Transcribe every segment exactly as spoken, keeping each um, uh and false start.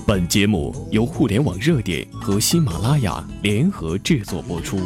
本节目由互联网热点和喜马拉雅联合制作播出。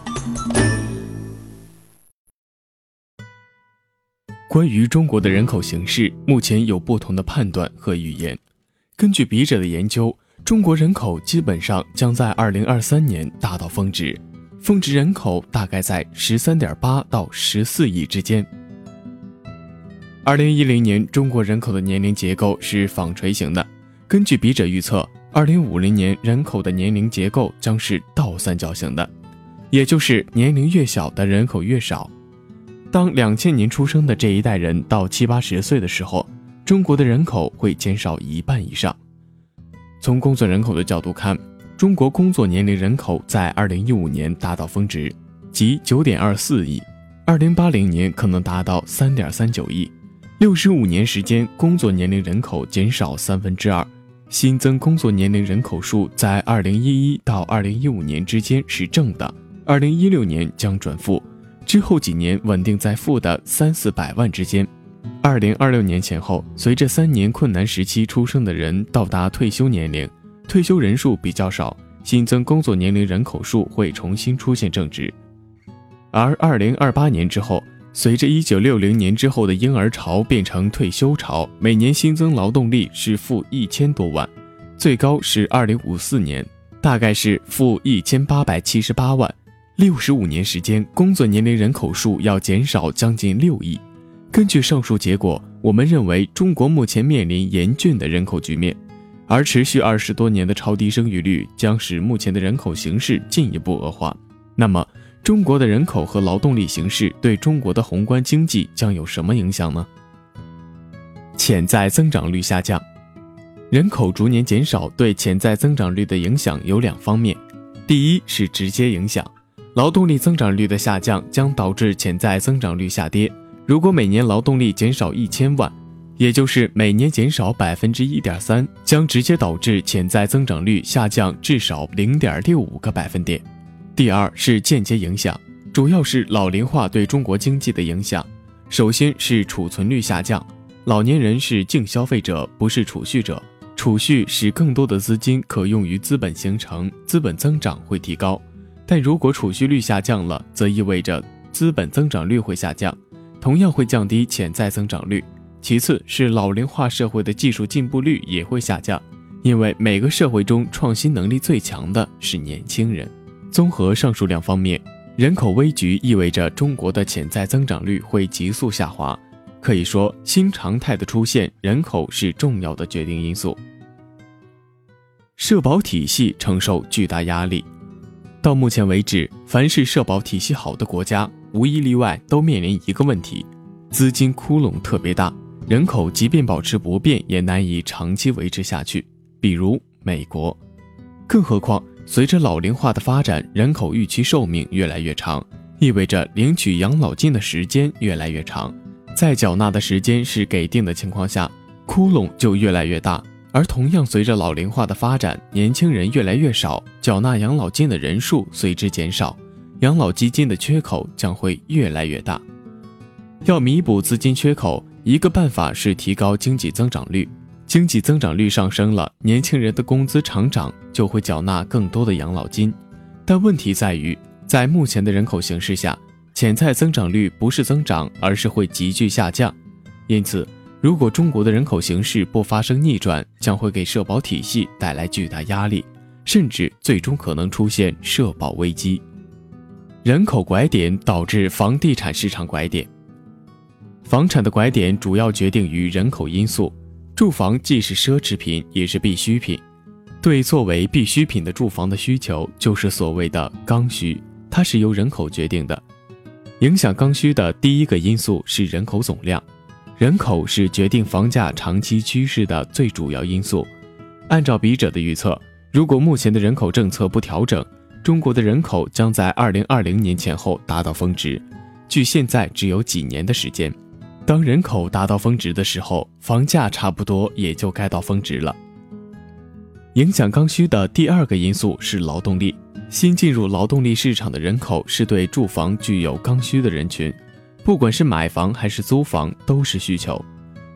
关于中国的人口形势，目前有不同的判断和预言。根据笔者的研究，中国人口基本上将在二零二三年达到峰值，峰值人口大概在 十三点八 到十四亿之间。二零一零年中国人口的年龄结构是纺锤形的，根据笔者预测，二零五零年人口的年龄结构将是倒三角形的，也就是年龄越小的人口越少。当两千年出生的这一代人到七八十岁的时候，中国的人口会减少一半以上。从工作人口的角度看，中国工作年龄人口在二零一五年达到峰值，即 九点二四亿，二零八零年可能达到 三点三九亿。六十五年时间，工作年龄人口减少三分之二，新增工作年龄人口数在二零一一到二零一五年之间是正的，二零一六年将转负，之后几年稳定在负的三四百万之间。二零二六年前后，随着三年困难时期出生的人到达退休年龄，退休人数比较少，新增工作年龄人口数会重新出现正值。而二零二八年之后，随着一九六零年之后的婴儿潮变成退休潮，每年新增劳动力是负一千多万，最高是二零五四年，大概是负一千八百七十八万。六十五年时间，工作年龄人口数要减少将近六亿。根据上述结果，我们认为中国目前面临严峻的人口局面，而持续二十多年的超低生育率将使目前的人口形势进一步恶化。那么，中国的人口和劳动力形势对中国的宏观经济将有什么影响呢？潜在增长率下降。人口逐年减少对潜在增长率的影响有两方面，第一是直接影响，劳动力增长率的下降将导致潜在增长率下跌。如果每年劳动力减少一千万，也就是每年减少 百分之一点三， 将直接导致潜在增长率下降至少 零点六五个百分点。第二是间接影响，主要是老龄化对中国经济的影响。首先是储存率下降，老年人是净消费者，不是储蓄者，储蓄使更多的资金可用于资本形成，资本增长会提高。但如果储蓄率下降了，则意味着资本增长率会下降，同样会降低潜在增长率。其次是老龄化社会的技术进步率也会下降，因为每个社会中创新能力最强的是年轻人。综合上述两方面，人口危局意味着中国的潜在增长率会急速下滑。可以说，新常态的出现，人口是重要的决定因素。社保体系承受巨大压力。到目前为止，凡是社保体系好的国家，无一例外都面临一个问题：资金窟窿特别大，人口即便保持不变，也难以长期维持下去。比如美国。更何况，随着老龄化的发展，人口预期寿命越来越长，意味着领取养老金的时间越来越长，在缴纳的时间是给定的情况下，窟窿就越来越大。而同样随着老龄化的发展，年轻人越来越少，缴纳养老金的人数随之减少，养老基金的缺口将会越来越大。要弥补资金缺口，一个办法是提高经济增长率。经济增长率上升了，年轻人的工资常涨，就会缴纳更多的养老金。但问题在于，在目前的人口形势下，潜在增长率不是增长，而是会急剧下降。因此，如果中国的人口形势不发生逆转，将会给社保体系带来巨大压力，甚至最终可能出现社保危机。人口拐点导致房地产市场拐点。房产的拐点主要决定于人口因素。住房既是奢侈品，也是必需品。对作为必需品的住房的需求，就是所谓的刚需，它是由人口决定的。影响刚需的第一个因素是人口总量，人口是决定房价长期趋势的最主要因素。按照笔者的预测，如果目前的人口政策不调整，中国的人口将在二零二零年前后达到峰值，距现在只有几年的时间。当人口达到峰值的时候，房价差不多也就该到峰值了。影响刚需的第二个因素是劳动力。新进入劳动力市场的人口是对住房具有刚需的人群，不管是买房还是租房都是需求。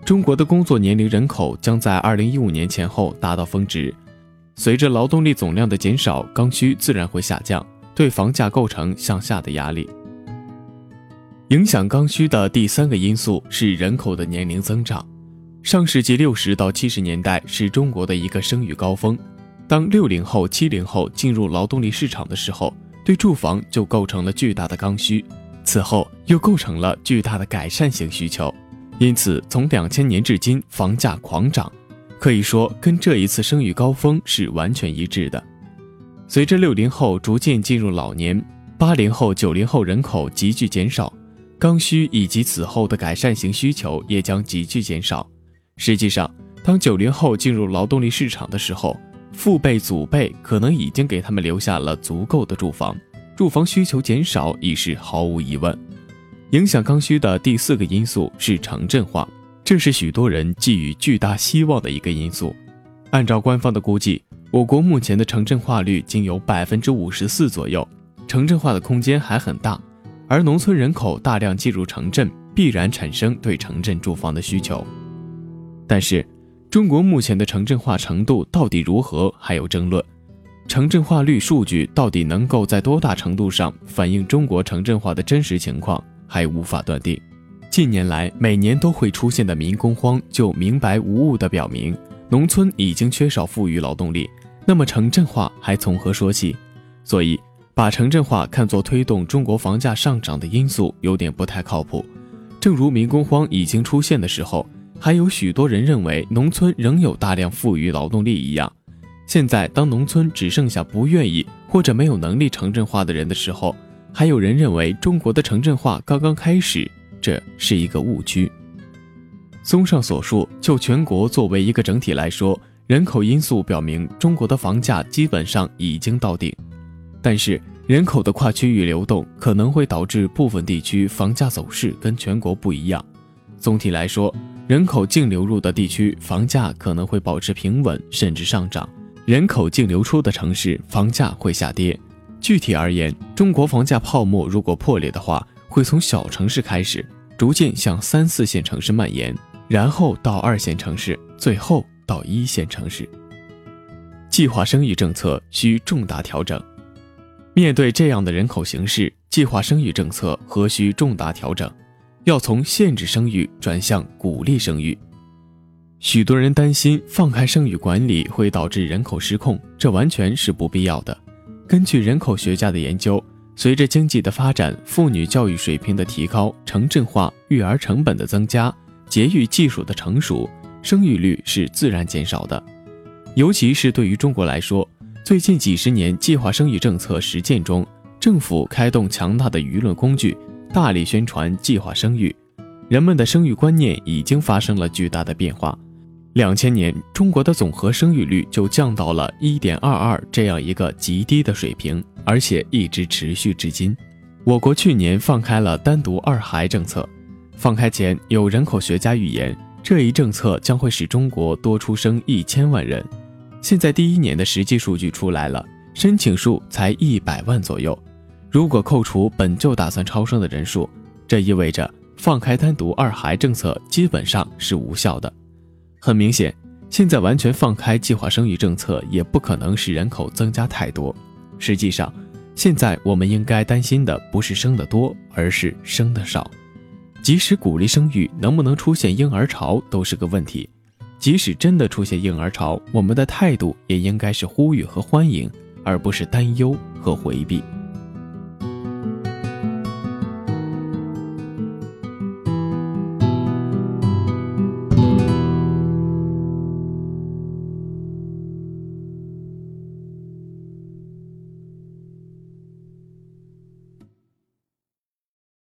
中国的工作年龄人口将在二零一五年前后达到峰值。随着劳动力总量的减少，刚需自然会下降，对房价构成向下的压力。影响刚需的第三个因素是人口的年龄增长。上世纪六十到七十年代是中国的一个生育高峰，当六零后、七零后进入劳动力市场的时候，对住房就构成了巨大的刚需，此后又构成了巨大的改善型需求。因此，从两千年至今，房价狂涨，可以说跟这一次生育高峰是完全一致的。随着六零后逐渐进入老年，八零后、九零后人口急剧减少，刚需以及此后的改善型需求也将急剧减少。实际上，当九零后进入劳动力市场的时候，父辈、祖辈可能已经给他们留下了足够的住房，住房需求减少已是毫无疑问。影响刚需的第四个因素是城镇化，这是许多人寄予巨大希望的一个因素。按照官方的估计，我国目前的城镇化率仅有 百分之五十四 左右，城镇化的空间还很大，而农村人口大量进入城镇，必然产生对城镇住房的需求。但是，中国目前的城镇化程度到底如何还有争论，城镇化率数据到底能够在多大程度上反映中国城镇化的真实情况，还无法断定。近年来每年都会出现的民工荒就明白无误地表明，农村已经缺少富裕劳动力，那么城镇化还从何说起？所以把城镇化看作推动中国房价上涨的因素有点不太靠谱。正如民工荒已经出现的时候，还有许多人认为农村仍有大量富裕劳动力一样，现在当农村只剩下不愿意或者没有能力城镇化的人的时候，还有人认为中国的城镇化刚刚开始，这是一个误区。综上所述，就全国作为一个整体来说，人口因素表明中国的房价基本上已经到顶。但是人口的跨区域流动可能会导致部分地区房价走势跟全国不一样。总体来说，人口净流入的地区房价可能会保持平稳甚至上涨，人口净流出的城市房价会下跌。具体而言，中国房价泡沫如果破裂的话，会从小城市开始，逐渐向三四线城市蔓延，然后到二线城市，最后到一线城市。计划生育政策需重大调整。面对这样的人口形势，计划生育政策何须重大调整？要从限制生育转向鼓励生育。许多人担心放开生育管理会导致人口失控，这完全是不必要的。根据人口学家的研究，随着经济的发展，妇女教育水平的提高，城镇化、育儿成本的增加，节育技术的成熟，生育率是自然减少的。尤其是对于中国来说，最近几十年计划生育政策实践中，政府开动强大的舆论工具，大力宣传计划生育，人们的生育观念已经发生了巨大的变化。两千年，中国的总和生育率就降到了 一点二二 这样一个极低的水平，而且一直持续至今。我国去年放开了单独二孩政策，放开前有人口学家预言，这一政策将会使中国多出生一千万人。现在第一年的实际数据出来了，申请数才一百万左右。如果扣除本就打算超生的人数，这意味着放开单独二孩政策基本上是无效的。很明显，现在完全放开计划生育政策也不可能使人口增加太多。实际上，现在我们应该担心的不是生得多，而是生得少。即使鼓励生育，能不能出现婴儿潮都是个问题。即使真的出现婴儿潮，我们的态度也应该是呼吁和欢迎，而不是担忧和回避。